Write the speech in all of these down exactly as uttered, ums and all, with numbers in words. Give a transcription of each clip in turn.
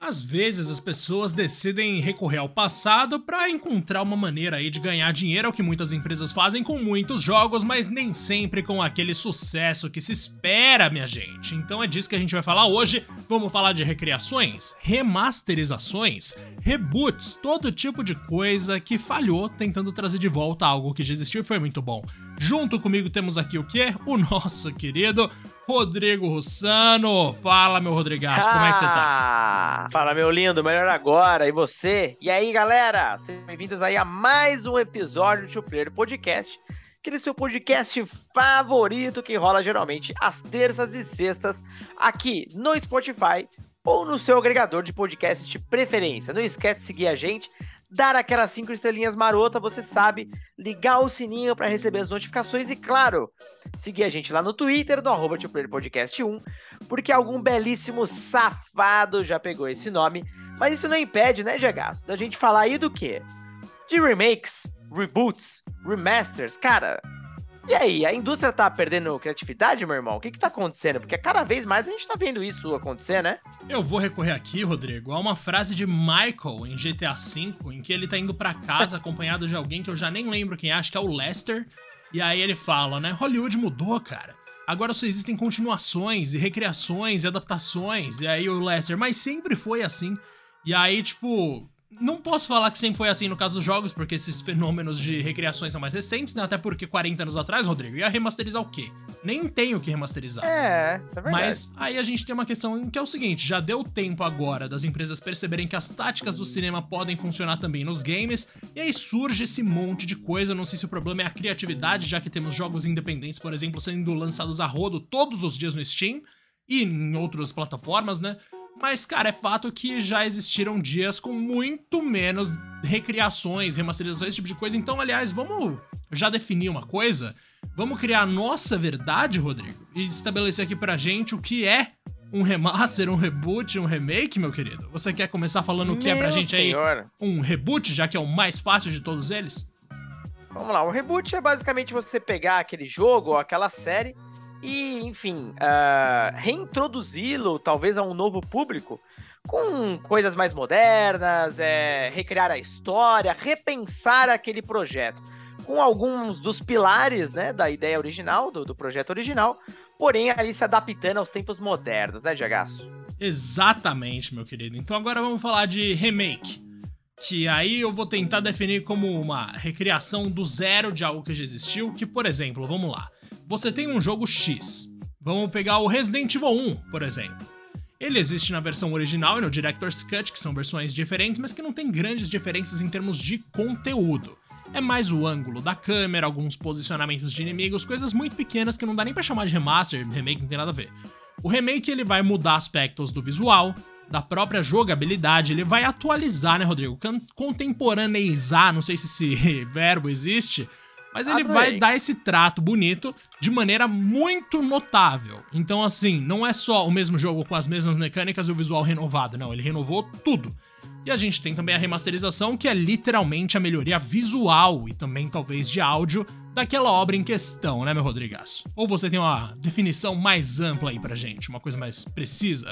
Às vezes as pessoas decidem recorrer ao passado para encontrar uma maneira aí de ganhar dinheiro, é o que muitas empresas fazem com muitos jogos, mas nem sempre com aquele sucesso que se espera, minha gente. Então é disso que a gente vai falar hoje. Vamos falar de recriações, remasterizações, reboots, todo tipo de coisa que falhou tentando trazer de volta algo que já existiu e foi muito bom. Junto comigo temos aqui o quê? O nosso querido Rodrigo Russano. Fala, meu Rodrigaço, como é que você tá? Fala, meu lindo, melhor agora, e você? E aí, galera, sejam bem-vindos aí a mais um episódio do Two Player Podcast, aquele seu podcast favorito que rola geralmente às terças e sextas aqui no Spotify ou no seu agregador de podcast de preferência. Não esquece de seguir a gente, dar aquelas cinco estrelinhas marota, você sabe, ligar o sininho para receber as notificações e, claro, seguir a gente lá no Twitter, no arroba two player podcast one, porque algum belíssimo safado já pegou esse nome, mas isso não impede, né, Diagaço, da gente falar aí do quê? De remakes, reboots, remasters, cara. E aí, a indústria tá perdendo criatividade, meu irmão? O que que tá acontecendo? Porque cada vez mais a gente tá vendo isso acontecer, né? Eu vou recorrer aqui, Rodrigo, a uma frase de Michael em G T A cinco, em que ele tá indo pra casa acompanhado de alguém que eu já nem lembro quem é, acho que é o Lester. E aí ele fala, né, Hollywood mudou, cara. Agora só existem continuações e recriações e adaptações. E aí o Lester, mas sempre foi assim. E aí, tipo... Não posso falar que sempre foi assim no caso dos jogos, porque esses fenômenos de recriações são mais recentes, né? Até porque quarenta anos atrás, Rodrigo, ia remasterizar o quê? Nem tem o que remasterizar. É, isso é verdade. Mas aí a gente tem uma questão que é o seguinte, já deu tempo agora das empresas perceberem que as táticas do cinema podem funcionar também nos games, e aí surge esse monte de coisa. Eu não sei se o problema é a criatividade, já que temos jogos independentes, por exemplo, sendo lançados a rodo todos os dias no Steam e em outras plataformas, né? Mas, cara, é fato que já existiram dias com muito menos recriações, remasterizações, esse tipo de coisa. Então, aliás, vamos já definir uma coisa? Vamos criar a nossa verdade, Rodrigo? E estabelecer aqui pra gente o que é um remaster, um reboot, um remake, meu querido? Você quer começar falando o que é pra gente senhor. aí um reboot, já que é o mais fácil de todos eles? Vamos lá, um reboot é basicamente você pegar aquele jogo ou aquela série e, enfim, uh, reintroduzi-lo talvez a um novo público com coisas mais modernas, é, recriar a história, repensar aquele projeto com alguns dos pilares, né, da ideia original, do, do projeto original, porém ali se adaptando aos tempos modernos, né, Diagaço? Exatamente, meu querido. Então agora vamos falar de remake, que aí eu vou tentar definir como uma recriação do zero de algo que já existiu, que, por exemplo, vamos lá. Você tem um jogo X, vamos pegar o Resident Evil one, por exemplo. Ele existe na versão original e no Director's Cut, que são versões diferentes, mas que não tem grandes diferenças em termos de conteúdo. É mais o ângulo da câmera, alguns posicionamentos de inimigos, coisas muito pequenas que não dá nem pra chamar de remaster, remake não tem nada a ver. O remake ele vai mudar aspectos do visual, da própria jogabilidade, ele vai atualizar, né, Rodrigo? Contemporaneizar, não sei se esse verbo existe, mas ele Adorei. vai dar esse trato bonito de maneira muito notável. Então, assim, não é só o mesmo jogo com as mesmas mecânicas e o visual renovado, não, ele renovou tudo. E a gente tem também a remasterização, que é literalmente a melhoria visual e também talvez de áudio daquela obra em questão, né, meu Rodrigaço? Ou você tem uma definição mais ampla aí pra gente, uma coisa mais precisa?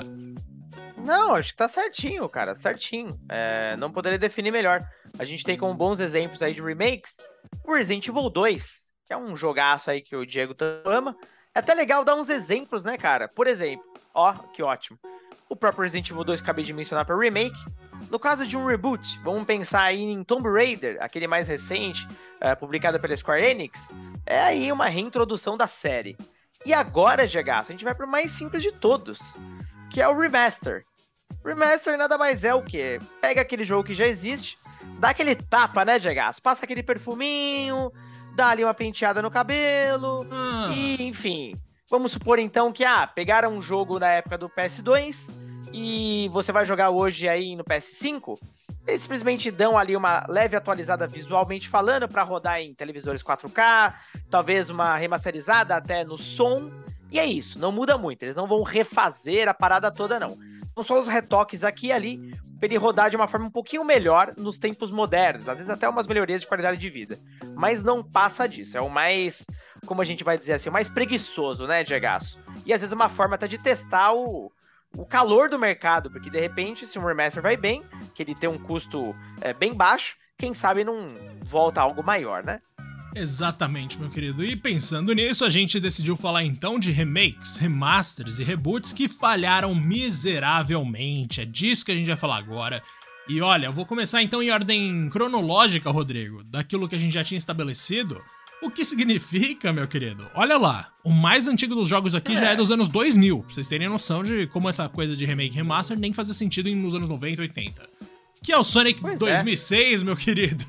Não, acho que tá certinho, cara, certinho. É, não poderia definir melhor. A gente tem como bons exemplos aí de remakes o Resident Evil dois, que é um jogaço aí que o Diego tanto ama. É até legal dar uns exemplos, né, cara? Por exemplo, ó, que ótimo. O próprio Resident Evil dois que acabei de mencionar para remake. No caso de um reboot, vamos pensar aí em Tomb Raider, aquele mais recente, uh, publicado pela Square Enix. É aí uma reintrodução da série. E agora, Gegaço, a gente vai pro mais simples de todos, que é o remaster. Remaster nada mais é o que? Pega aquele jogo que já existe, dá aquele tapa, né, Gegaço? Passa aquele perfuminho, dá ali uma penteada no cabelo, Ah. e enfim. Vamos supor então que, ah, pegaram um jogo na época do P S dois e você vai jogar hoje aí no P S cinco, eles simplesmente dão ali uma leve atualizada visualmente falando para rodar em televisores quatro K, talvez uma remasterizada até no som, e é isso, não muda muito, eles não vão refazer a parada toda não. São só os retoques aqui e ali para ele rodar de uma forma um pouquinho melhor nos tempos modernos, às vezes até umas melhorias de qualidade de vida, mas não passa disso, é o mais, como a gente vai dizer assim, o mais preguiçoso, né, Diegaço? E às vezes uma forma até de testar o, o calor do mercado, porque de repente, se um remaster vai bem, que ele tem um custo é, bem baixo, quem sabe não volta a algo maior, né? Exatamente, meu querido. E pensando nisso, a gente decidiu falar então de remakes, remasters e reboots que falharam miseravelmente. É disso que a gente vai falar agora. E olha, eu vou começar então em ordem cronológica, Rodrigo, daquilo que a gente já tinha estabelecido. O que significa, meu querido? Olha lá, o mais antigo dos jogos aqui é. já é dos anos dois mil, pra vocês terem noção de como essa coisa de remake e remaster nem fazia sentido nos anos noventa e oitenta. Que é o Sonic pois dois mil e seis, é. meu querido.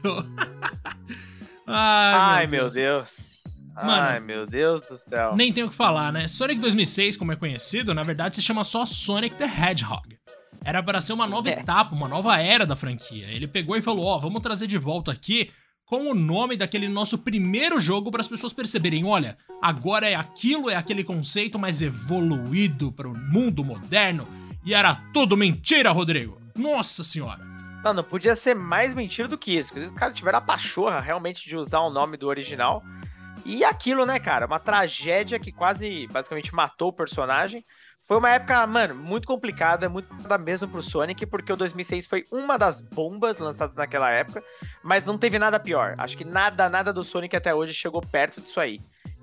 Ai, Ai, meu Deus. Meu Deus. Mano, Ai, meu Deus do céu. Nem tenho o que falar, né? Sonic dois mil e seis, como é conhecido, na verdade se chama só Sonic the Hedgehog. Era para ser uma nova é. etapa, uma nova era da franquia. Ele pegou e falou, ó, oh, vamos trazer de volta aqui com o nome daquele nosso primeiro jogo para as pessoas perceberem, olha, agora é aquilo, é aquele conceito mais evoluído para o mundo moderno. E era tudo mentira, Rodrigo. Nossa senhora. Não, não podia ser mais mentira do que isso. Os caras tiveram a pachorra realmente de usar o nome do original. E aquilo, né, cara, uma tragédia que quase, basicamente, matou o personagem. Foi uma época, mano, muito complicada, muito da mesmo pro Sonic, porque o dois mil e seis foi uma das bombas lançadas naquela época, mas não teve nada pior. Acho que nada, nada do Sonic até hoje chegou perto disso aí.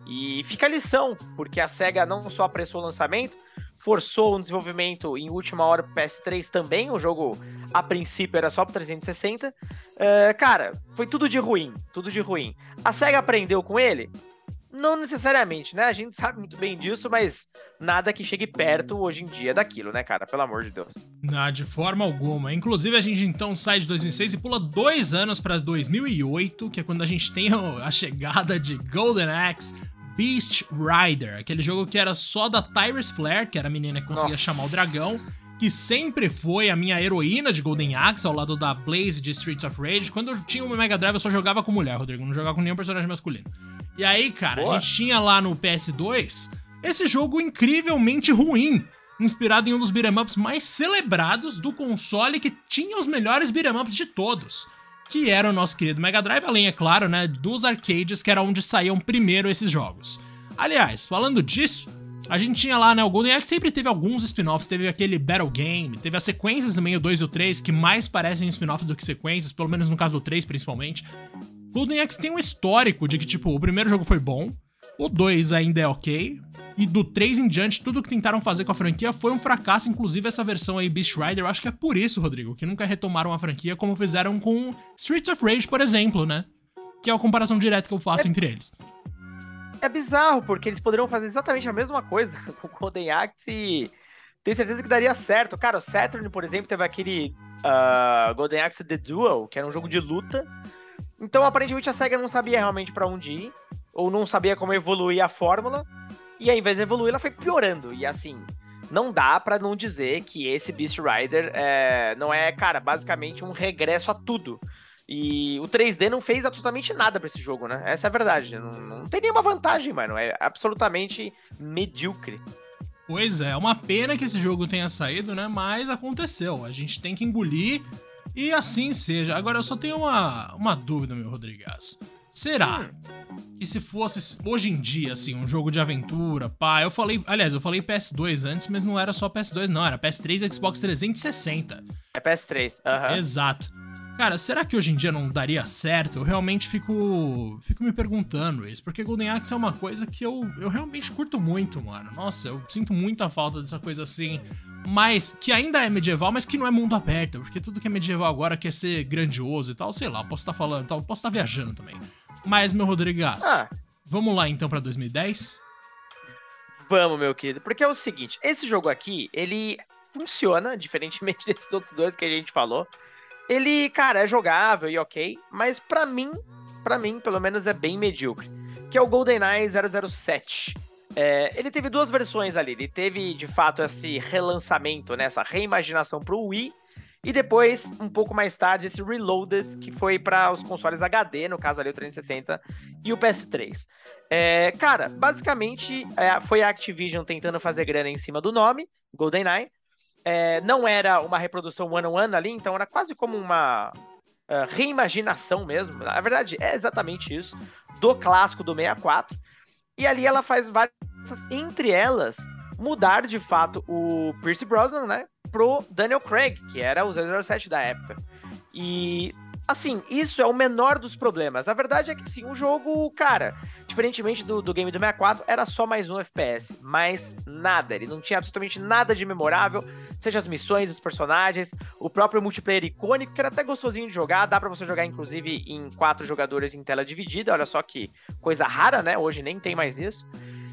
E fica a lição, porque a SEGA não só apressou o lançamento, forçou o desenvolvimento em última hora pro P S três também, o jogo a princípio era só pro trezentos e sessenta. Uh, cara, foi tudo de ruim, tudo de ruim. A SEGA aprendeu com ele? Não necessariamente, né? A gente sabe muito bem disso, mas nada que chegue perto hoje em dia daquilo, né, cara? Pelo amor de Deus. Não, de forma alguma. Inclusive, a gente então sai de dois mil e seis e pula dois anos para dois mil e oito, que é quando a gente tem a chegada de Golden Axe Beast Rider, aquele jogo que era só da Tyrus Flare, que era a menina que conseguia Nossa. chamar o dragão, que sempre foi a minha heroína de Golden Axe, ao lado da Blaze de Streets of Rage. Quando eu tinha o Mega Drive, eu só jogava com mulher, Rodrigo, não jogava com nenhum personagem masculino. E aí, cara, Boa. a gente tinha lá no P S dois esse jogo incrivelmente ruim, inspirado em um dos beat'em ups mais celebrados do console que tinha os melhores beat'em ups de todos, que era o nosso querido Mega Drive, além, é claro, né, dos arcades, que era onde saíam primeiro esses jogos. Aliás, falando disso, a gente tinha lá, né, o Golden Axe sempre teve alguns spin-offs, teve aquele Battle Game, teve as sequências também, o dois e o três, que mais parecem spin-offs do que sequências, pelo menos no caso do três, principalmente. Golden Axe tem um histórico de que, tipo, o primeiro jogo foi bom, o dois ainda é ok, e do três em diante, tudo que tentaram fazer com a franquia foi um fracasso, inclusive essa versão aí, Beast Rider, eu acho que é por isso, Rodrigo, que nunca retomaram a franquia como fizeram com Streets of Rage, por exemplo, né? Que é a comparação direta que eu faço é, entre eles. É bizarro, porque eles poderiam fazer exatamente a mesma coisa com o Golden Axe e tenho certeza que daria certo. Cara, o Saturn, por exemplo, teve aquele uh, Golden Axe The Duel, que era um jogo de luta. Então, aparentemente, a SEGA não sabia realmente pra onde ir, ou não sabia como evoluir a fórmula, e ao invés de evoluir, ela foi piorando. E assim, não dá pra não dizer que esse Beast Rider é, não é, cara, basicamente um regresso a tudo. E o três D não fez absolutamente nada pra esse jogo, né? Essa é a verdade. Não, não tem nenhuma vantagem, mano. É absolutamente medíocre. Pois é, é uma pena que esse jogo tenha saído, né? Mas aconteceu. A gente tem que engolir. E assim seja. Agora, eu só tenho uma, uma dúvida, meu Rodrigaço. Será hum. que se fosse, hoje em dia, assim, um jogo de aventura, pá, eu falei, aliás, eu falei P S dois antes, mas não era só P S dois, não, era P S três e Xbox trezentos e sessenta. É P S três, aham. Uh-huh. Exato. Cara, será que hoje em dia não daria certo? Eu realmente fico, fico me perguntando isso, porque Golden Axe é uma coisa que eu, eu realmente curto muito, mano. Nossa, eu sinto muita falta dessa coisa assim, mas que ainda é medieval, mas que não é mundo aberto, porque tudo que é medieval agora quer ser grandioso e tal, sei lá, posso estar falando, tal, posso estar viajando também. Mas, meu Rodrigaço, ah. vamos lá então pra dois mil e dez? Vamos, meu querido, porque é o seguinte, esse jogo aqui, ele funciona, diferentemente desses outros dois que a gente falou. Ele, cara, é jogável e ok, mas pra mim, pra mim, pelo menos é bem medíocre, que é o GoldenEye zero zero sete. É, ele teve duas versões ali, ele teve, de fato, esse relançamento, né, essa reimaginação pro Wii, e depois, um pouco mais tarde, esse Reloaded, que foi para os consoles H D, no caso ali o trezentos e sessenta e o P S três. É, cara, basicamente, é, foi a Activision tentando fazer grana em cima do nome, GoldenEye. É, não era uma reprodução one-on-one ali, então era quase como uma uh, reimaginação mesmo. Na verdade, é exatamente isso, do clássico do sessenta e quatro. E ali ela faz várias, entre elas, mudar de fato o Pierce Brosnan, né, pro Daniel Craig, que era o zero zero sete da época. E, assim, isso é o menor dos problemas. A verdade é que, sim, o jogo, cara, diferentemente do, do game do sessenta e quatro, era só mais um F P S, mas nada, ele não tinha absolutamente nada de memorável, seja as missões, os personagens, o próprio multiplayer icônico, que era até gostosinho de jogar, dá pra você jogar, inclusive, em quatro jogadores em tela dividida, olha só que coisa rara, né, hoje nem tem mais isso.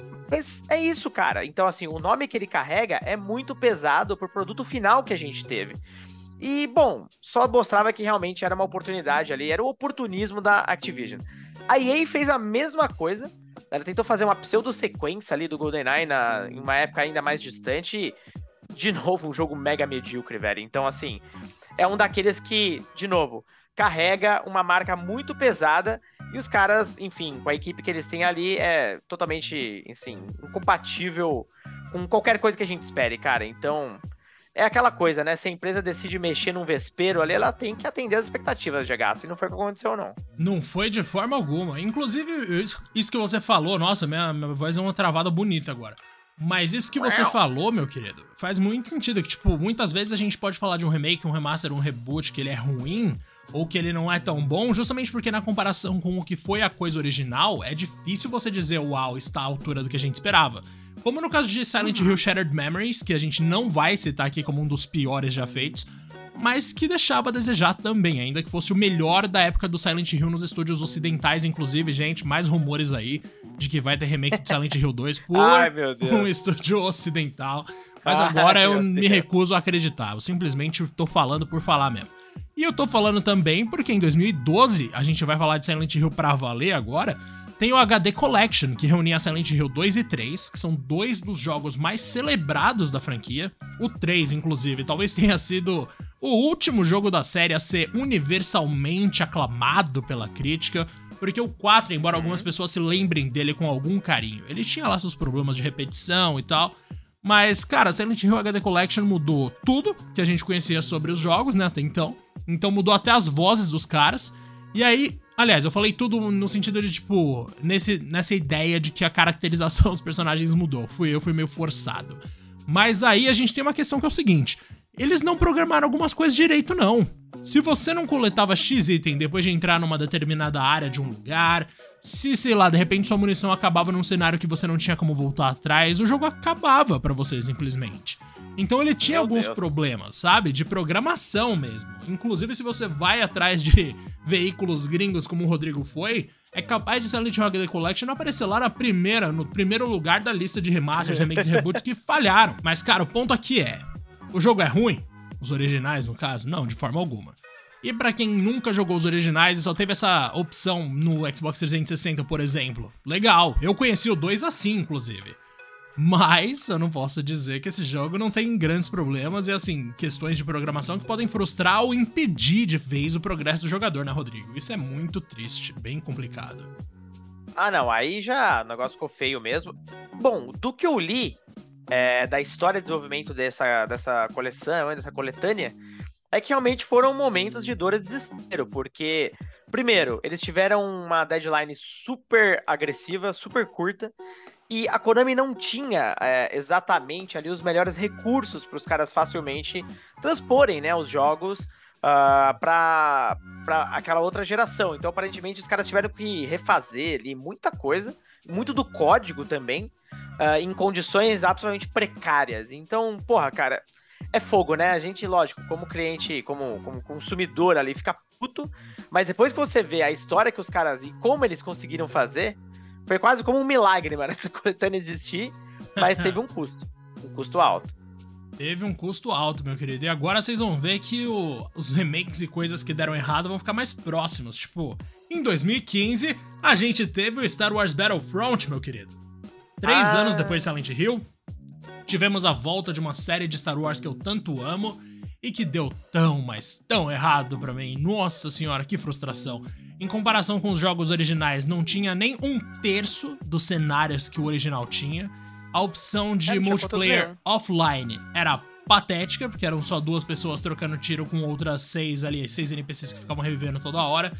Mas é isso, cara. Então, assim, o nome que ele carrega é muito pesado pro produto final que a gente teve. E, bom, só mostrava que realmente era uma oportunidade ali, era o oportunismo da Activision. A E A fez a mesma coisa, ela tentou fazer uma pseudo-sequência ali do GoldenEye na, em uma época ainda mais distante, e, de novo, um jogo mega medíocre, velho. Então, assim, é um daqueles que, de novo, carrega uma marca muito pesada, e os caras, enfim, com a equipe que eles têm ali, é totalmente, assim, incompatível com qualquer coisa que a gente espere, cara. Então, é aquela coisa, né? Se a empresa decide mexer num vespeiro ali, ela tem que atender as expectativas de gasto, e não foi o que aconteceu, não. Não foi de forma alguma. Inclusive, isso que você falou, nossa, minha, minha voz é uma travada bonita agora. Mas isso que você falou, meu querido, faz muito sentido. Que, tipo, muitas vezes a gente pode falar de um remake, um remaster, um reboot, que ele é ruim, ou que ele não é tão bom, justamente porque na comparação com o que foi a coisa original, é difícil você dizer, uau, está à altura do que a gente esperava. Como no caso de Silent Hill Shattered Memories, que a gente não vai citar aqui como um dos piores já feitos, mas que deixava a desejar também, ainda que fosse o melhor da época do Silent Hill nos estúdios ocidentais, inclusive, gente, mais rumores aí de que vai ter remake de Silent Hill dois por Ai, um estúdio ocidental, mas agora Ai, eu me Deus. recuso a acreditar, eu simplesmente tô falando por falar mesmo. E eu tô falando também porque em dois mil e doze, a gente vai falar de Silent Hill pra valer agora, tem o H D Collection, que reunia Silent Hill dois e três, que são dois dos jogos mais celebrados da franquia. O três, inclusive, talvez tenha sido o último jogo da série a ser universalmente aclamado pela crítica, porque o quatro, embora algumas pessoas se lembrem dele com algum carinho, ele tinha lá seus problemas de repetição e tal, mas, cara, Silent Hill H D Collection mudou tudo que a gente conhecia sobre os jogos, né, até então. Então mudou até as vozes dos caras, e aí... Aliás, eu falei tudo no sentido de, tipo, nesse, nessa ideia de que a caracterização dos personagens mudou. Fui eu, fui meio forçado. Mas aí a gente tem uma questão que é o seguinte. Eles não programaram algumas coisas direito, não. Se você não coletava X item depois de entrar numa determinada área de um lugar, se, sei lá, de repente sua munição acabava num cenário que você não tinha como voltar atrás, o jogo acabava pra você, simplesmente. Então ele tinha Meu alguns Deus. problemas, sabe? De programação mesmo. Inclusive, se você vai atrás de veículos gringos como o Rodrigo foi, é capaz de Silent Hill H D Collection aparecer lá na primeira, no primeiro lugar da lista de remasters, remakes e reboots que falharam. Mas, cara, o ponto aqui é... O jogo é ruim? Os originais, no caso? Não, de forma alguma. E pra quem nunca jogou os originais e só teve essa opção no Xbox trezentos e sessenta, por exemplo, legal. Eu conheci o dois assim, inclusive. Mas eu não posso dizer que esse jogo não tem grandes problemas e, assim, questões de programação que podem frustrar ou impedir de vez o progresso do jogador, né, Rodrigo? Isso é muito triste, bem complicado. Ah, não, aí já o negócio ficou feio mesmo. Bom, do que eu li é, da história de desenvolvimento dessa, dessa coleção, dessa coletânea, é que realmente foram momentos de dor e desespero, porque, primeiro, eles tiveram uma deadline super agressiva, super curta, e a Konami não tinha é, exatamente ali os melhores recursos para os caras facilmente transporem, né, os jogos uh, para aquela outra geração. Então, aparentemente, os caras tiveram que refazer ali muita coisa, muito do código também, uh, em condições absolutamente precárias. Então, porra, cara, é fogo, né? A gente, lógico, como cliente, como, como consumidor ali, fica puto, mas depois que você vê a história que os caras e como eles conseguiram fazer, foi quase como um milagre, mano, essa coletânea existir, mas teve um custo, um custo alto. Teve um custo alto, meu querido, e agora vocês vão ver que o, os remakes e coisas que deram errado vão ficar mais próximos, tipo, em dois mil e quinze, a gente teve o Star Wars Battlefront, meu querido. Três ah. anos depois de Silent Hill, tivemos a volta de uma série de Star Wars que eu tanto amo e que deu tão, mas tão errado pra mim. Nossa senhora, que frustração. Em comparação com os jogos originais, não tinha nem um terço dos cenários que o original tinha. A opção de é, multiplayer offline era patética, porque eram só duas pessoas trocando tiro com outras seis ali, seis N P Cs que ficavam revivendo toda hora.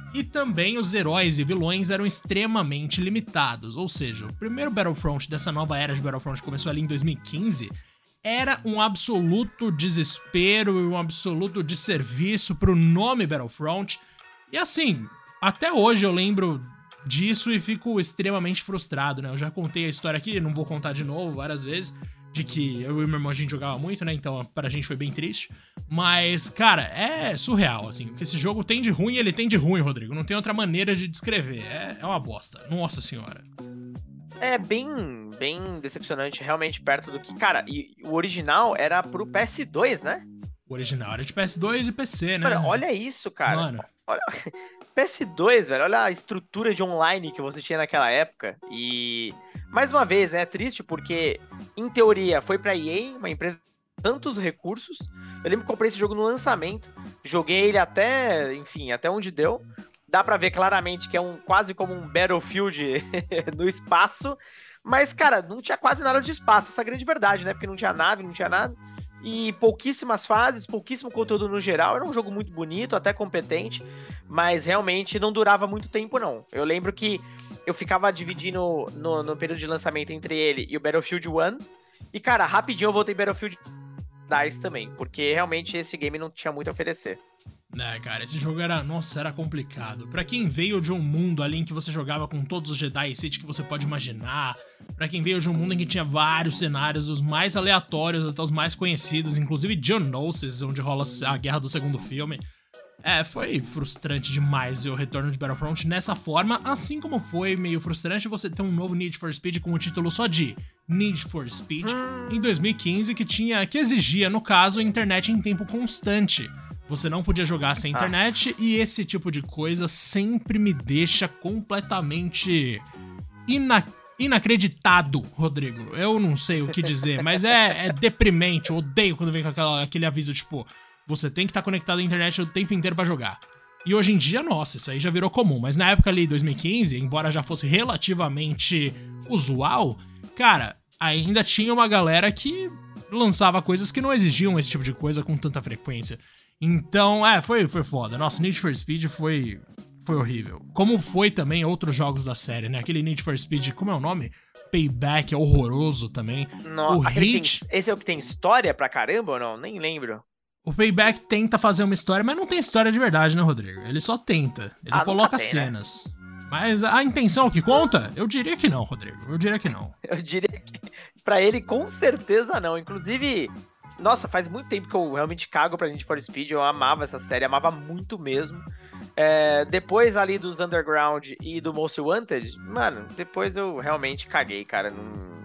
E também os heróis e vilões eram extremamente limitados, ou seja, o primeiro Battlefront dessa nova era de Battlefront que começou ali em dois mil e quinze era um absoluto desespero e um absoluto desserviço pro nome Battlefront. E assim, até hoje eu lembro disso e fico extremamente frustrado, né? Eu já contei a história aqui, não vou contar de novo várias vezes, de que eu e meu irmão a gente jogava muito, né? Então pra gente foi bem triste. Mas, cara, é surreal, assim. O que esse jogo tem de ruim, ele tem de ruim, Rodrigo. Não tem outra maneira de descrever. É, é uma bosta. Nossa senhora. É bem, bem decepcionante, realmente, perto do que... Cara, e o original era pro P S dois, né? O original era de P S dois e P C, né? Mano, olha isso, cara. Mano. Olha... P S dois, velho, olha a estrutura de online que você tinha naquela época. E, mais uma vez, né, é triste porque, em teoria, foi pra E A, uma empresa com tantos recursos. Eu lembro que comprei esse jogo no lançamento, joguei ele até, enfim, até onde deu. Dá pra ver claramente que é um quase como um Battlefield no espaço. Mas, cara, não tinha quase nada de espaço, essa é a grande verdade, né? Porque não tinha nave, não tinha nada. E pouquíssimas fases, pouquíssimo conteúdo no geral. Era um jogo muito bonito, até competente, mas realmente não durava muito tempo, não. Eu lembro que eu ficava dividindo no, no período de lançamento entre ele e o Battlefield um. E, cara, rapidinho eu voltei Battlefield dois também, porque realmente esse game não tinha muito a oferecer. É, cara, esse jogo era, nossa, era complicado. Pra quem veio de um mundo ali em que você jogava com todos os Jedi City que você pode imaginar, pra quem veio de um mundo em que tinha vários cenários, os mais aleatórios até os mais conhecidos, inclusive Geonosis, onde rola a guerra do segundo filme. É, foi frustrante demais ver o retorno de Battlefront nessa forma, assim como foi meio frustrante você ter um novo Need for Speed com o título só de Need for Speed em dois mil e quinze, que tinha, que exigia, no caso, internet em tempo constante. Você não podia jogar sem internet. Nossa. E esse tipo de coisa sempre me deixa completamente ina inacreditado, Rodrigo. Eu não sei o que dizer, mas é, é deprimente. Eu odeio quando vem com aquela, aquele aviso, tipo, você tem que estar conectado à internet o tempo inteiro pra jogar. E hoje em dia, nossa, isso aí já virou comum. Mas na época ali, dois mil e quinze, embora já fosse relativamente usual, cara, ainda tinha uma galera que lançava coisas que não exigiam esse tipo de coisa com tanta frequência. Então, é, foi, foi foda. Nossa, Need for Speed foi, foi horrível. Como foi também outros jogos da série, né? Aquele Need for Speed, como é o nome? Payback, é horroroso também. Nossa, o Hit... tem, esse é o que tem história pra caramba ou não? Nem lembro. O Payback tenta fazer uma história, mas não tem história de verdade, né, Rodrigo? Ele só tenta. Ele ah, coloca tem, cenas. Né? Mas a intenção é o que conta? Eu diria que não, Rodrigo. Eu diria que não. Eu diria que pra ele, com certeza não. Inclusive... Nossa, faz muito tempo que eu realmente cago pra Need for Speed, eu amava essa série, amava muito mesmo. É, depois ali dos Underground e do Most Wanted, mano, depois eu realmente caguei, cara. Não...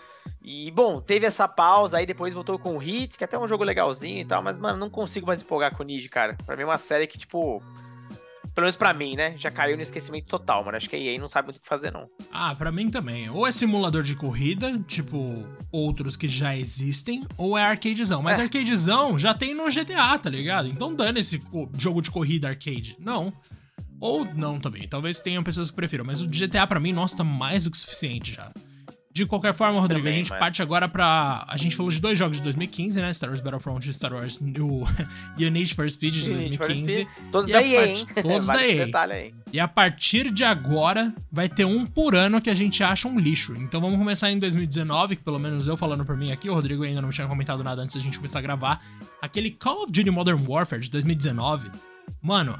E, bom, teve essa pausa, aí depois voltou com o Hit, que até é um jogo legalzinho e tal, mas, mano, não consigo mais empolgar com o Need, cara. Pra mim é uma série que, tipo... Pelo menos pra mim, né? Já caiu no esquecimento total, mano. Acho que a E A não sabe muito o que fazer, não. Ah, pra mim também. Ou é simulador de corrida, tipo outros que já existem, ou é arcadezão. Mas é. arcadezão já tem no G T A, tá ligado? Então dane esse jogo de corrida arcade. Não. Ou não também. Talvez tenham pessoas que prefiram. Mas o G T A pra mim, nossa, tá mais do que suficiente já. De qualquer forma, Rodrigo, também, a gente mano. parte agora pra... A gente falou de dois jogos de dois mil e quinze, né? Star Wars Battlefront e Star Wars o... e o Need for Speed de dois mil e quinze. Todos da E A, part... hein? Todos da E A. Aí. E a partir de agora, vai ter um por ano que a gente acha um lixo. Então vamos começar em dois mil e dezenove, que pelo menos eu falando por mim aqui, o Rodrigo ainda não tinha comentado nada antes da gente começar a gravar. Aquele Call of Duty Modern Warfare de dois mil e dezenove, mano...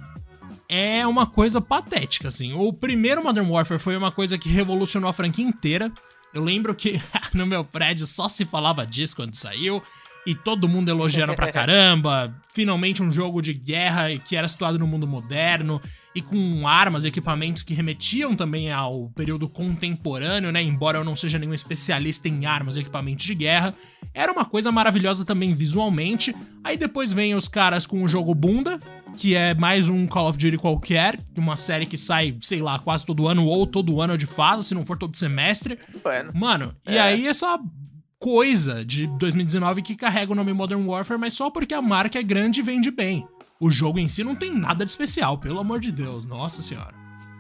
É uma coisa patética, assim. O primeiro Modern Warfare foi uma coisa que revolucionou a franquia inteira. Eu lembro que no meu prédio só se falava disso quando saiu. E todo mundo elogiando pra caramba. Finalmente um jogo de guerra que era situado no mundo moderno. E com armas e equipamentos que remetiam também ao período contemporâneo, né? Embora eu não seja nenhum especialista em armas e equipamentos de guerra. Era uma coisa maravilhosa também visualmente. Aí depois vem os caras com o jogo bunda, que é mais um Call of Duty qualquer. Uma série que sai, sei lá, quase todo ano ou todo ano de fato, se não for todo semestre. Bueno. Mano, é. e aí essa... coisa de dois mil e dezenove que carrega o nome Modern Warfare, mas só porque a marca é grande e vende bem. O jogo em si não tem nada de especial, pelo amor de Deus, nossa senhora.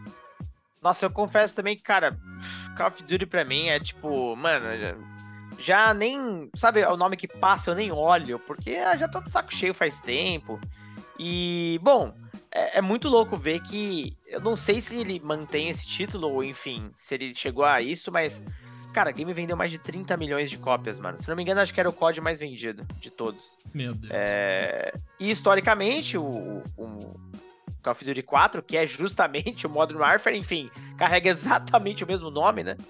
Nossa, eu confesso também que, cara, Call of Duty pra mim é tipo, mano, já, já nem, sabe, o nome que passa eu nem olho, porque já tô de saco cheio faz tempo. E, bom, é, é muito louco ver que, eu não sei se ele mantém esse título, ou enfim, se ele chegou a isso, mas, cara, a game vendeu mais de trinta milhões de cópias, mano. Se não me engano, acho que era o C O D mais vendido de todos. Meu Deus. É, e, historicamente, o, o Call of Duty quatro, que é justamente o Modern Warfare, enfim, carrega exatamente o mesmo nome, né?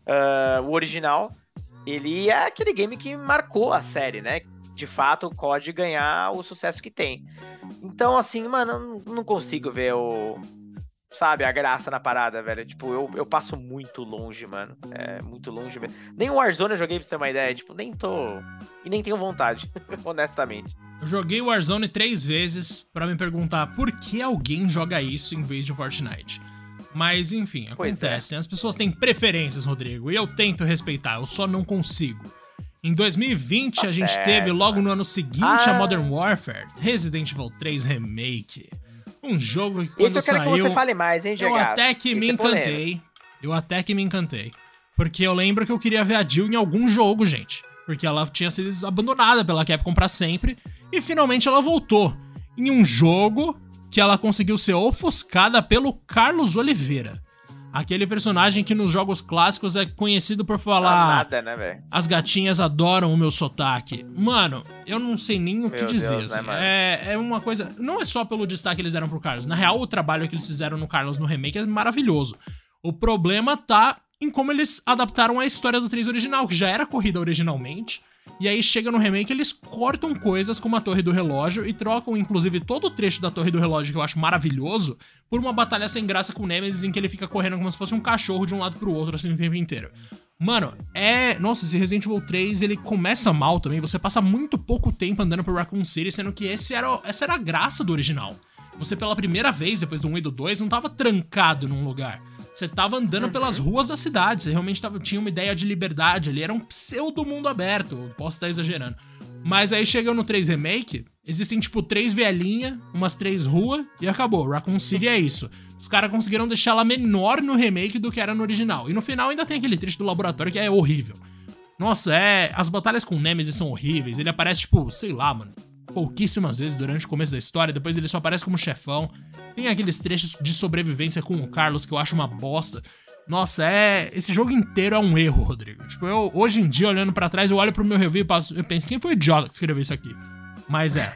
Uh, o original, ele é aquele game que marcou a série, né? De fato, o C O D ganhar o sucesso que tem. Então, assim, mano, eu não consigo ver o... Sabe, a graça na parada, velho. Tipo, eu, eu passo muito longe, mano. É, muito longe mesmo. Nem o Warzone eu joguei, pra você ter uma ideia. Tipo, nem tô... E nem tenho vontade, honestamente. Eu joguei o Warzone três vezes pra me perguntar por que alguém joga isso em vez de Fortnite. Mas, enfim, acontece, é. né? As pessoas têm preferências, Rodrigo, e eu tento respeitar, eu só não consigo. Em dois mil e vinte, tá a gente certo, teve, logo mano. no ano seguinte, ah. a Modern Warfare, Resident Evil três Remake. Um jogo que quando Esse eu quero saiu, que você fale mais, hein, eu Gegaço? até que Esse me é polêmico. encantei. Eu até que me encantei. Porque eu lembro que eu queria ver a Jill em algum jogo, gente. Porque ela tinha sido abandonada pela Capcom pra sempre. E finalmente ela voltou. Em um jogo que ela conseguiu ser ofuscada pelo Carlos Oliveira. Aquele personagem que nos jogos clássicos é conhecido por falar... Ah, nada, né, velho? As gatinhas adoram o meu sotaque. Mano, eu não sei nem o Meu que dizer. Deus, assim. né, mano? é, é uma coisa... Não é só pelo destaque que eles deram pro Carlos. Na real, o trabalho que eles fizeram no Carlos no remake é maravilhoso. O problema tá em como eles adaptaram a história do três original, que já era corrida originalmente. E aí chega no remake, eles cortam coisas como a Torre do Relógio e trocam, inclusive, todo o trecho da Torre do Relógio, que eu acho maravilhoso, por uma batalha sem graça com o Nemesis, em que ele fica correndo como se fosse um cachorro de um lado pro outro, assim, o tempo inteiro. Mano, é... Nossa, esse Resident Evil três, ele começa mal também. Você passa muito pouco tempo andando por Raccoon City, sendo que esse era... essa era a graça do original. Você, pela primeira vez, depois do um e do dois, não tava trancado num lugar. Você tava andando Uhum. pelas ruas da cidade, você realmente tava, tinha uma ideia de liberdade ali, era um pseudo mundo aberto, posso estar exagerando. Mas aí chega no três Remake, existem tipo três velhinhas, umas três ruas e acabou. Raccoon City é isso. Os caras conseguiram deixar ela menor no remake do que era no original. E no final ainda tem aquele trecho do laboratório que é horrível. Nossa, é... As batalhas com o Nemesis são horríveis, ele aparece tipo, sei lá, mano, pouquíssimas vezes durante o começo da história, depois ele só aparece como chefão. Tem aqueles trechos de sobrevivência com o Carlos que eu acho uma bosta. Nossa, é... Esse jogo inteiro é um erro, Rodrigo. Tipo, eu, hoje em dia, olhando pra trás, eu olho pro meu review e passo, eu penso, quem foi o idiota que escreveu isso aqui? Mas é.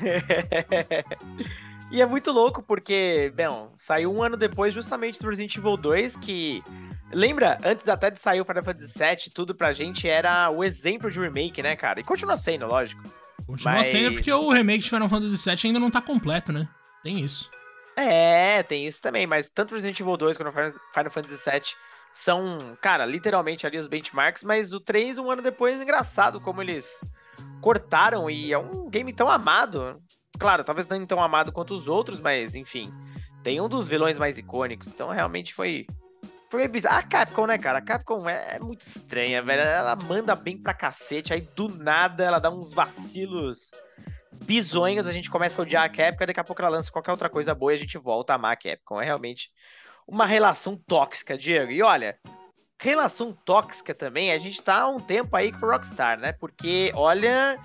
E é muito louco porque, bom, saiu um ano depois justamente do Resident Evil dois, que... Lembra, antes até de sair o Final Fantasy sete, tudo pra gente era o exemplo de remake, né, cara? E continua sendo, lógico. Continua Mas... sendo porque o remake de Final Fantasy sete ainda não tá completo, né? Tem isso. É, tem isso também, mas tanto Resident Evil dois quanto Final Fantasy sete são, cara, literalmente ali os benchmarks, mas o três, um ano depois, é engraçado como eles cortaram, e é um game tão amado. Claro, talvez não tão amado quanto os outros, mas enfim, tem um dos vilões mais icônicos, então realmente foi... Foi meio bizarro. A Capcom, né, cara? A Capcom é, é muito estranha, velho. Ela manda bem pra cacete, aí do nada ela dá uns vacilos bizonhos, a gente começa a odiar a Capcom, daqui a pouco ela lança qualquer outra coisa boa e a gente volta a amar a Capcom. É realmente uma relação tóxica, Diego. E olha, relação tóxica também, a gente tá há um tempo aí com o Rockstar, né? Porque, olha,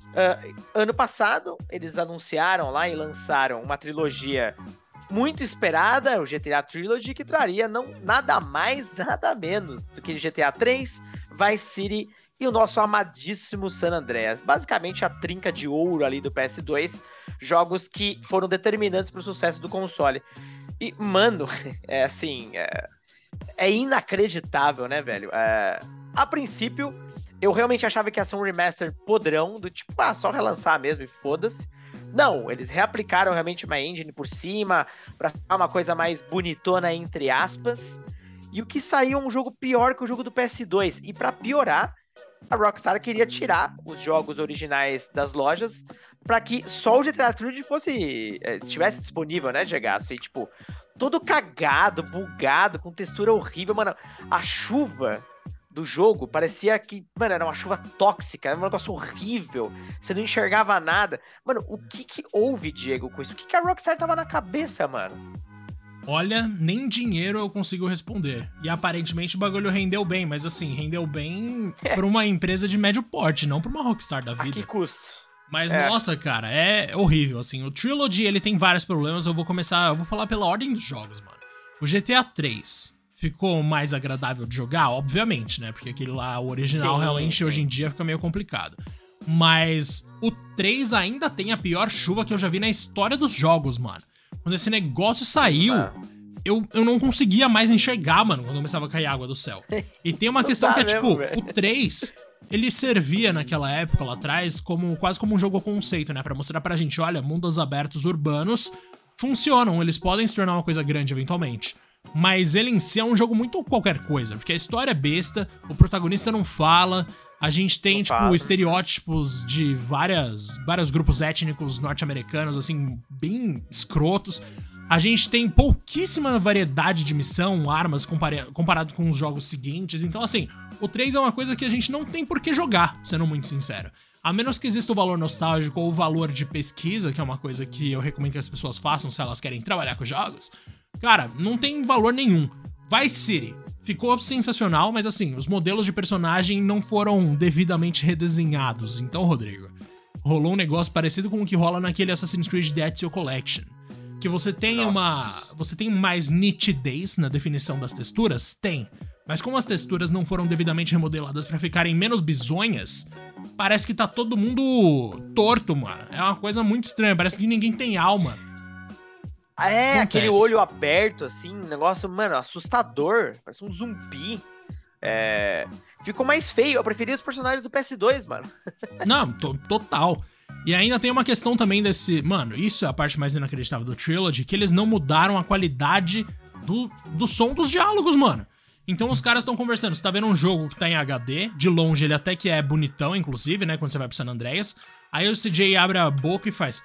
uh, ano passado eles anunciaram lá e lançaram uma trilogia muito esperada, o G T A Trilogy, que traria não, nada mais, nada menos do que G T A três, Vice City e o nosso amadíssimo San Andreas. Basicamente a trinca de ouro ali do P S dois, jogos que foram determinantes para o sucesso do console. E, mano, é assim, é, é inacreditável, né, velho? É, a princípio, eu realmente achava que ia ser um remaster podrão, do tipo, ah, só relançar mesmo e foda-se. Não, eles reaplicaram realmente uma engine por cima, pra ficar uma coisa mais bonitona, entre aspas. E o que saiu é um jogo pior que o jogo do P S dois. E pra piorar, a Rockstar queria tirar os jogos originais das lojas pra que só o G T A Trilogy fosse, estivesse disponível, né, Gegaço? E tipo, todo cagado, bugado, com textura horrível, mano. A chuva do jogo parecia que, mano, era uma chuva tóxica, era um negócio horrível, você não enxergava nada. Mano, o que que houve, Diego, com isso? O que que a Rockstar tava na cabeça, mano? Olha, nem dinheiro eu consigo responder. E aparentemente o bagulho rendeu bem, mas assim, rendeu bem É. pra uma empresa de médio porte, não pra uma Rockstar da vida. A que custo? Mas, É. nossa, cara, é horrível, assim. O Trilogy, ele tem vários problemas. Eu vou começar... Eu vou falar pela ordem dos jogos, mano. O G T A três ficou mais agradável de jogar? Obviamente, né? Porque aquele lá, o original, Sim, realmente, sim. hoje em dia, fica meio complicado. Mas o três ainda tem a pior chuva que eu já vi na história dos jogos, mano. Quando esse negócio saiu... Mano. Eu, eu não conseguia mais enxergar, mano, quando começava a cair água do céu. E tem uma Não questão dá que é, mesmo, tipo, velho. o três, ele servia naquela época lá atrás como quase como um jogo conceito, né? Pra mostrar pra gente, olha, mundos abertos urbanos funcionam, eles podem se tornar uma coisa grande eventualmente. Mas ele em si é um jogo muito qualquer coisa, porque a história é besta, o protagonista não fala, a gente tem, Não tipo, fala. estereótipos de várias, vários grupos étnicos norte-americanos, assim, bem escrotos. A gente tem pouquíssima variedade de missão, armas, compara- comparado com os jogos seguintes. Então, assim, o três é uma coisa que a gente não tem por que jogar, sendo muito sincero. A menos que exista o valor nostálgico ou o valor de pesquisa, que é uma coisa que eu recomendo que as pessoas façam se elas querem trabalhar com jogos. Cara, não tem valor nenhum. Vice City ficou sensacional, mas assim, os modelos de personagem não foram devidamente redesenhados. Então, Rodrigo, rolou um negócio parecido com o que rola naquele Assassin's Creed The Ezio Collection. Que você tem Nossa. uma... Você tem mais nitidez na definição das texturas? Tem. Mas como as texturas não foram devidamente remodeladas pra ficarem menos bizonhas, parece que tá todo mundo torto, mano. É uma coisa muito estranha, parece que ninguém tem alma. É, Acontece. aquele olho aberto, assim, um negócio, mano, assustador. Parece um zumbi. É... Ficou mais feio. Eu preferia os personagens do P S dois, mano. Não, to- total. E ainda tem uma questão também desse... Mano, isso é a parte mais inacreditável do Trilogy, que eles não mudaram a qualidade do, do som dos diálogos, mano. Então os caras estão conversando, você tá vendo um jogo que tá em H D, de longe ele até que é bonitão, inclusive, né, quando você vai pro San Andreas. Aí o C J abre a boca e faz...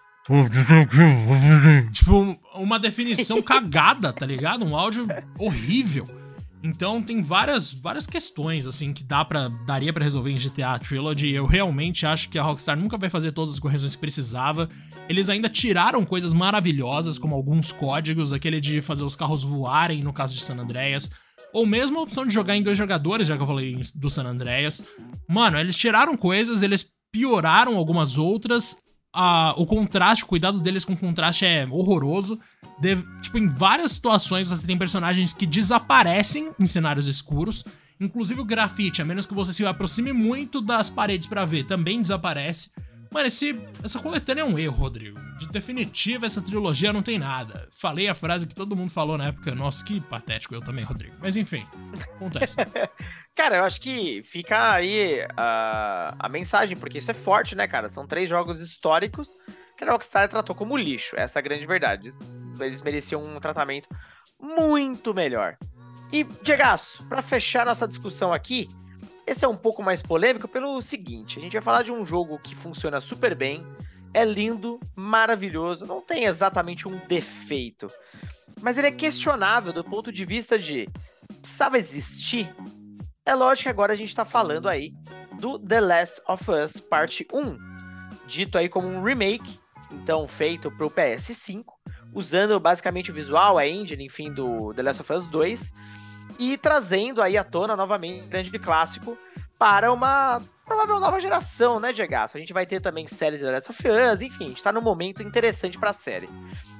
Tipo, uma definição cagada, tá ligado? Um áudio horrível. Então tem várias, várias questões, assim, que dá pra, daria pra resolver em G T A Trilogy. Eu realmente acho que a Rockstar nunca vai fazer todas as correções que precisava. Eles ainda tiraram coisas maravilhosas, como alguns códigos, aquele de fazer os carros voarem, no caso de San Andreas. Ou mesmo a opção de jogar em dois jogadores, já que eu falei do San Andreas. Mano, eles tiraram coisas, eles pioraram algumas outras. Ah, o contraste, o cuidado deles com o contraste é horroroso. De, tipo, em várias situações você tem personagens que desaparecem em cenários escuros. Inclusive o grafite, a menos que você se aproxime muito das paredes pra ver, também desaparece. Mano, esse, essa coletânea é um erro, Rodrigo. De definitivo, essa trilogia não tem nada. Falei a frase que todo mundo falou na época. Nossa, que patético eu também, Rodrigo. Mas enfim, acontece. Cara, eu acho que fica aí a, a mensagem, porque isso é forte, né, cara? São três jogos históricos que a Rockstar tratou como lixo. Essa é a grande verdade. Eles mereciam um tratamento muito melhor. E, Diegaço, pra fechar nossa discussão aqui, esse é um pouco mais polêmico pelo seguinte: a gente vai falar de um jogo que funciona super bem, é lindo, maravilhoso, não tem exatamente um defeito, mas ele é questionável do ponto de vista de precisava existir? É lógico que agora a gente tá falando aí do The Last of Us Parte um, dito aí como um remake, então feito pro P S cinco, usando basicamente o visual, a engine, enfim, do The Last of Us dois, e trazendo aí à tona novamente um grande clássico para uma provável nova geração, né, Diego? A gente vai ter também série de The Last of Us, enfim, a gente tá num momento interessante pra série.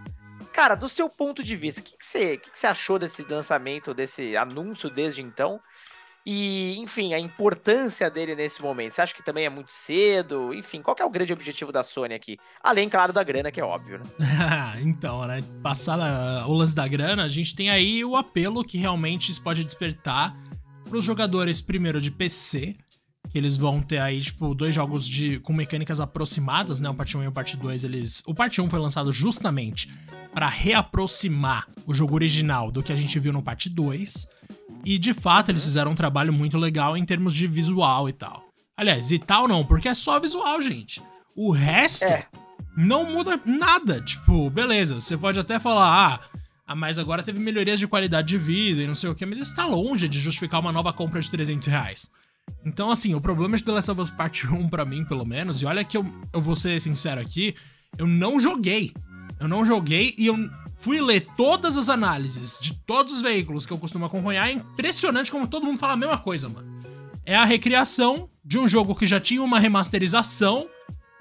Cara, do seu ponto de vista, o que, que, você, que, que você achou desse lançamento, desse anúncio desde então? E, enfim, a importância dele nesse momento. Você acha que também é muito cedo? Enfim, qual que é o grande objetivo da Sony aqui? Além, claro, da grana, que é óbvio, né? Então, né, passada o lance da grana, a gente tem aí o apelo que realmente isso pode despertar pros jogadores, primeiro, de P C, que eles vão ter aí, tipo, dois jogos de, com mecânicas aproximadas, né, o Parte um e o Parte dois, eles... O Parte um foi lançado justamente pra reaproximar o jogo original do que a gente viu no Parte dois, e, de fato, eles fizeram um trabalho muito legal em termos de visual e tal. Aliás, e tal não, porque é só visual, gente. O resto É. não muda nada. Tipo, beleza, você pode até falar, ah, ah, mas agora teve melhorias de qualidade de vida e não sei o que, mas isso tá longe de justificar uma nova compra de trezentos reais. Então, assim, o problema de The Last of Us Part um, pra mim, pelo menos, e olha que eu, eu vou ser sincero aqui, eu não joguei. Eu não joguei e eu fui ler todas as análises de todos os veículos que eu costumo acompanhar. É impressionante como todo mundo fala a mesma coisa, mano. É a recriação de um jogo que já tinha uma remasterização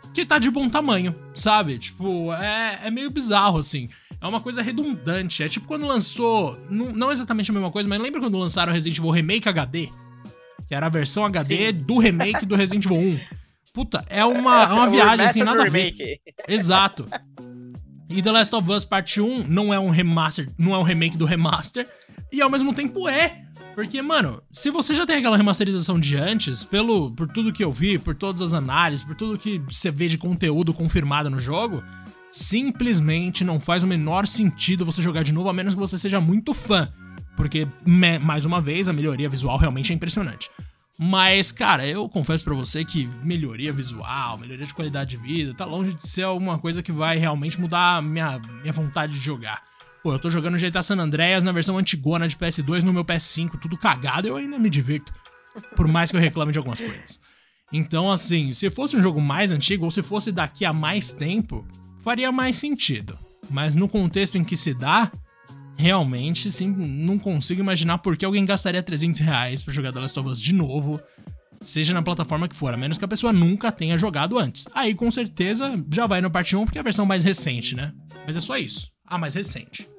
que tá de bom tamanho, sabe? Tipo, é, é meio bizarro, assim. É uma coisa redundante. É tipo quando lançou, não, não exatamente a mesma coisa, mas lembra quando lançaram Resident Evil Remake H D? Que era a versão H D Sim. do remake do Resident Evil um. Puta, é uma, é uma viagem assim, nada a ver. Exato. E The Last of Us Part um não é um remaster, não é um remake do remaster, e ao mesmo tempo é. Porque, mano, se você já tem aquela remasterização de antes, pelo, por tudo que eu vi, por todas as análises, por tudo que você vê de conteúdo confirmado no jogo, simplesmente não faz o menor sentido você jogar de novo, a menos que você seja muito fã. Porque, me, mais uma vez, a melhoria visual realmente é impressionante. Mas, cara, eu confesso pra você que melhoria visual, melhoria de qualidade de vida, tá longe de ser alguma coisa que vai realmente mudar a minha, minha vontade de jogar. Pô, eu tô jogando G T A San Andreas na versão antigona de P S dois no meu P S cinco, tudo cagado, eu ainda me divirto. Por mais que eu reclame de algumas coisas. Então, assim, se fosse um jogo mais antigo, ou se fosse daqui a mais tempo, faria mais sentido. Mas no contexto em que se dá, realmente, sim, não consigo imaginar por que alguém gastaria trezentos reais pra jogar The Last of Us de novo, seja na plataforma que for, a menos que a pessoa nunca tenha jogado antes. Aí, com certeza, já vai no Parte um, porque é a versão mais recente, né? Mas é só isso. A mais recente.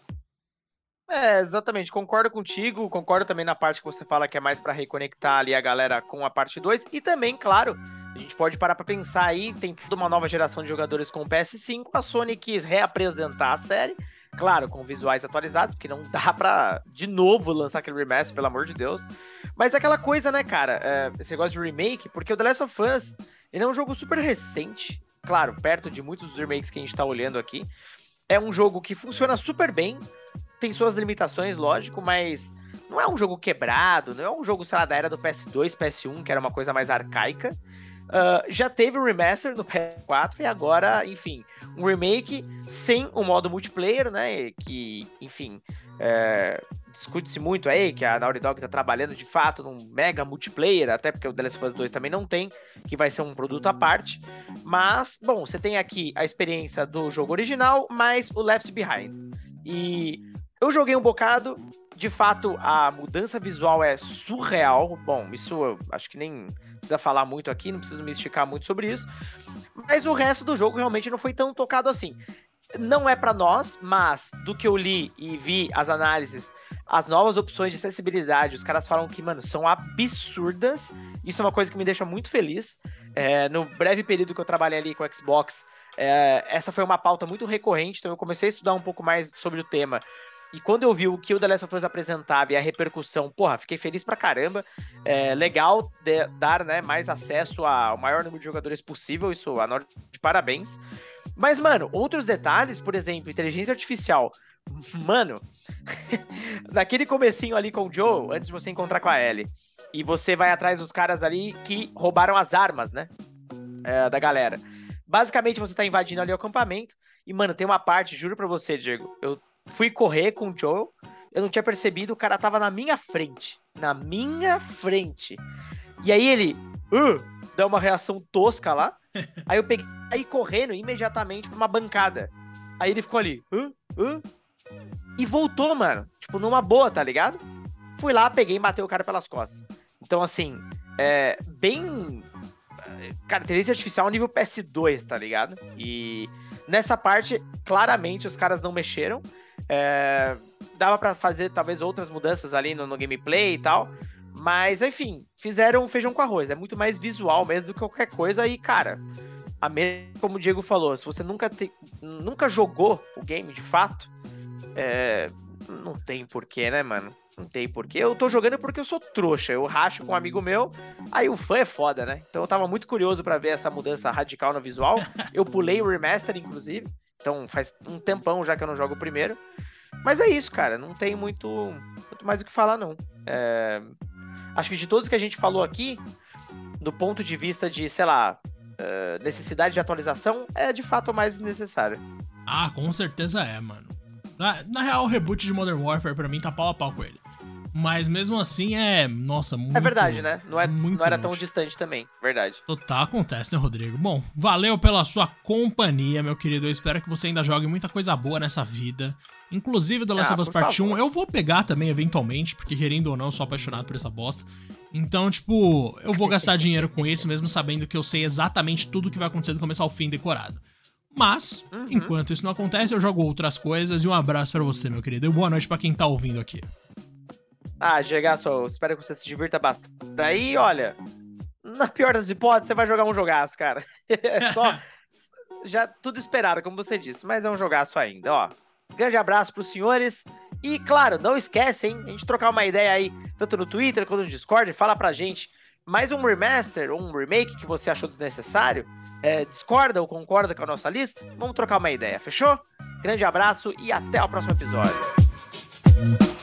É, exatamente. Concordo contigo. Concordo também na parte que você fala que é mais pra reconectar ali a galera com a parte dois. E também, claro, a gente pode parar pra pensar aí, tem toda uma nova geração de jogadores com o P S cinco. A Sony quis reapresentar a série. Claro, com visuais atualizados, porque não dá pra, de novo, lançar aquele remaster, pelo amor de Deus. Mas é aquela coisa, né, cara? É, esse negócio de remake, porque o The Last of Us, ele é um jogo super recente. Claro, perto de muitos dos remakes que a gente tá olhando aqui. É um jogo que funciona super bem. Tem suas limitações, lógico, mas não é um jogo quebrado. Não é um jogo, sei lá, da era do P S dois, P S um, que era uma coisa mais arcaica. Uh, já teve o remaster no P S quatro e agora, enfim, um remake sem o modo multiplayer, né, que, enfim, é, discute-se muito aí que a Naughty Dog tá trabalhando de fato num mega multiplayer, até porque o The Last of Us dois também não tem, que vai ser um produto à parte, mas, bom, você tem aqui a experiência do jogo original, mais o Left Behind, e eu joguei um bocado, de fato a mudança visual é surreal, bom, isso eu acho que nem precisa falar muito aqui, não preciso me esticar muito sobre isso, mas o resto do jogo realmente não foi tão tocado assim. Não é pra nós, mas do que eu li e vi as análises, as novas opções de acessibilidade, os caras falam que, mano, são absurdas, isso é uma coisa que me deixa muito feliz. É, no breve período que eu trabalhei ali com o Xbox, é, essa foi uma pauta muito recorrente, então eu comecei a estudar um pouco mais sobre o tema. E quando eu vi o que o The Last of Us apresentava e a repercussão, porra, fiquei feliz pra caramba. É legal de, dar, né, mais acesso ao maior número de jogadores possível, isso, a Naughty de parabéns. Mas, mano, outros detalhes, por exemplo, inteligência artificial. Mano, naquele comecinho ali com o Joe, antes de você encontrar com a Ellie, e você vai atrás dos caras ali que roubaram as armas, né, é, da galera. Basicamente, você tá invadindo ali o acampamento, e, mano, tem uma parte, juro pra você, Diego, eu fui correr com o Joe, eu não tinha percebido, o cara tava na minha frente. Na minha frente. E aí ele uh, dá uma reação tosca lá. Aí eu peguei aí correndo imediatamente pra uma bancada. Aí ele ficou ali. Uh, uh, e voltou, mano. Tipo, numa boa, tá ligado? Fui lá, peguei e matei o cara pelas costas. Então, assim, é bem... Cara, inteligência artificial nível P S dois, tá ligado? E nessa parte, claramente, os caras não mexeram. É, dava pra fazer talvez outras mudanças ali no, no gameplay e tal, mas enfim, fizeram feijão com arroz, é muito mais visual mesmo do que qualquer coisa. E cara, a mesmo, como o Diego falou, se você nunca, te, nunca jogou o game de fato, é, não tem porquê, né, mano? Não tem porquê. Eu tô jogando porque eu sou trouxa, eu racho com um amigo meu, aí o fã é foda, né? Então eu tava muito curioso pra ver essa mudança radical no visual. Eu pulei o remaster, inclusive. Então faz um tempão já que eu não jogo o primeiro. Mas é isso, cara. Não tem muito, muito mais o que falar, não. É... Acho que de todos que a gente falou aqui, do ponto de vista de, sei lá, uh, necessidade de atualização, é de fato o mais necessário. Ah, com certeza é, mano. Na, na real, o reboot de Modern Warfare pra mim tá pau a pau com ele. Mas mesmo assim é, nossa, muito... É verdade, né? Não, é, não era tão inútil. distante também, verdade. Total, acontece, né, Rodrigo? Bom, valeu pela sua companhia, meu querido. Eu espero que você ainda jogue muita coisa boa nessa vida. Inclusive The Last Ah, of Us por Part favor. um, eu vou pegar também, eventualmente, porque querendo ou não, eu sou apaixonado por essa bosta. Então, tipo, eu vou gastar dinheiro com isso, mesmo sabendo que eu sei exatamente tudo o que vai acontecer do começo ao fim decorado. Mas, Uhum. enquanto isso não acontece, eu jogo outras coisas. E um abraço pra você, meu querido. E boa noite pra quem tá ouvindo aqui. Ah, Gegaço, eu espero que você se divirta bastante. Daí, olha, na pior das hipóteses, você vai jogar um jogaço, cara. É só... já tudo esperado, como você disse, mas é um jogaço ainda, ó. Grande abraço pros senhores. E, claro, não esquece, hein, a gente trocar uma ideia aí, tanto no Twitter quanto no Discord, fala pra gente mais um remaster, um remake que você achou desnecessário, é, discorda ou concorda com a nossa lista? Vamos trocar uma ideia, fechou? Grande abraço e até o próximo episódio.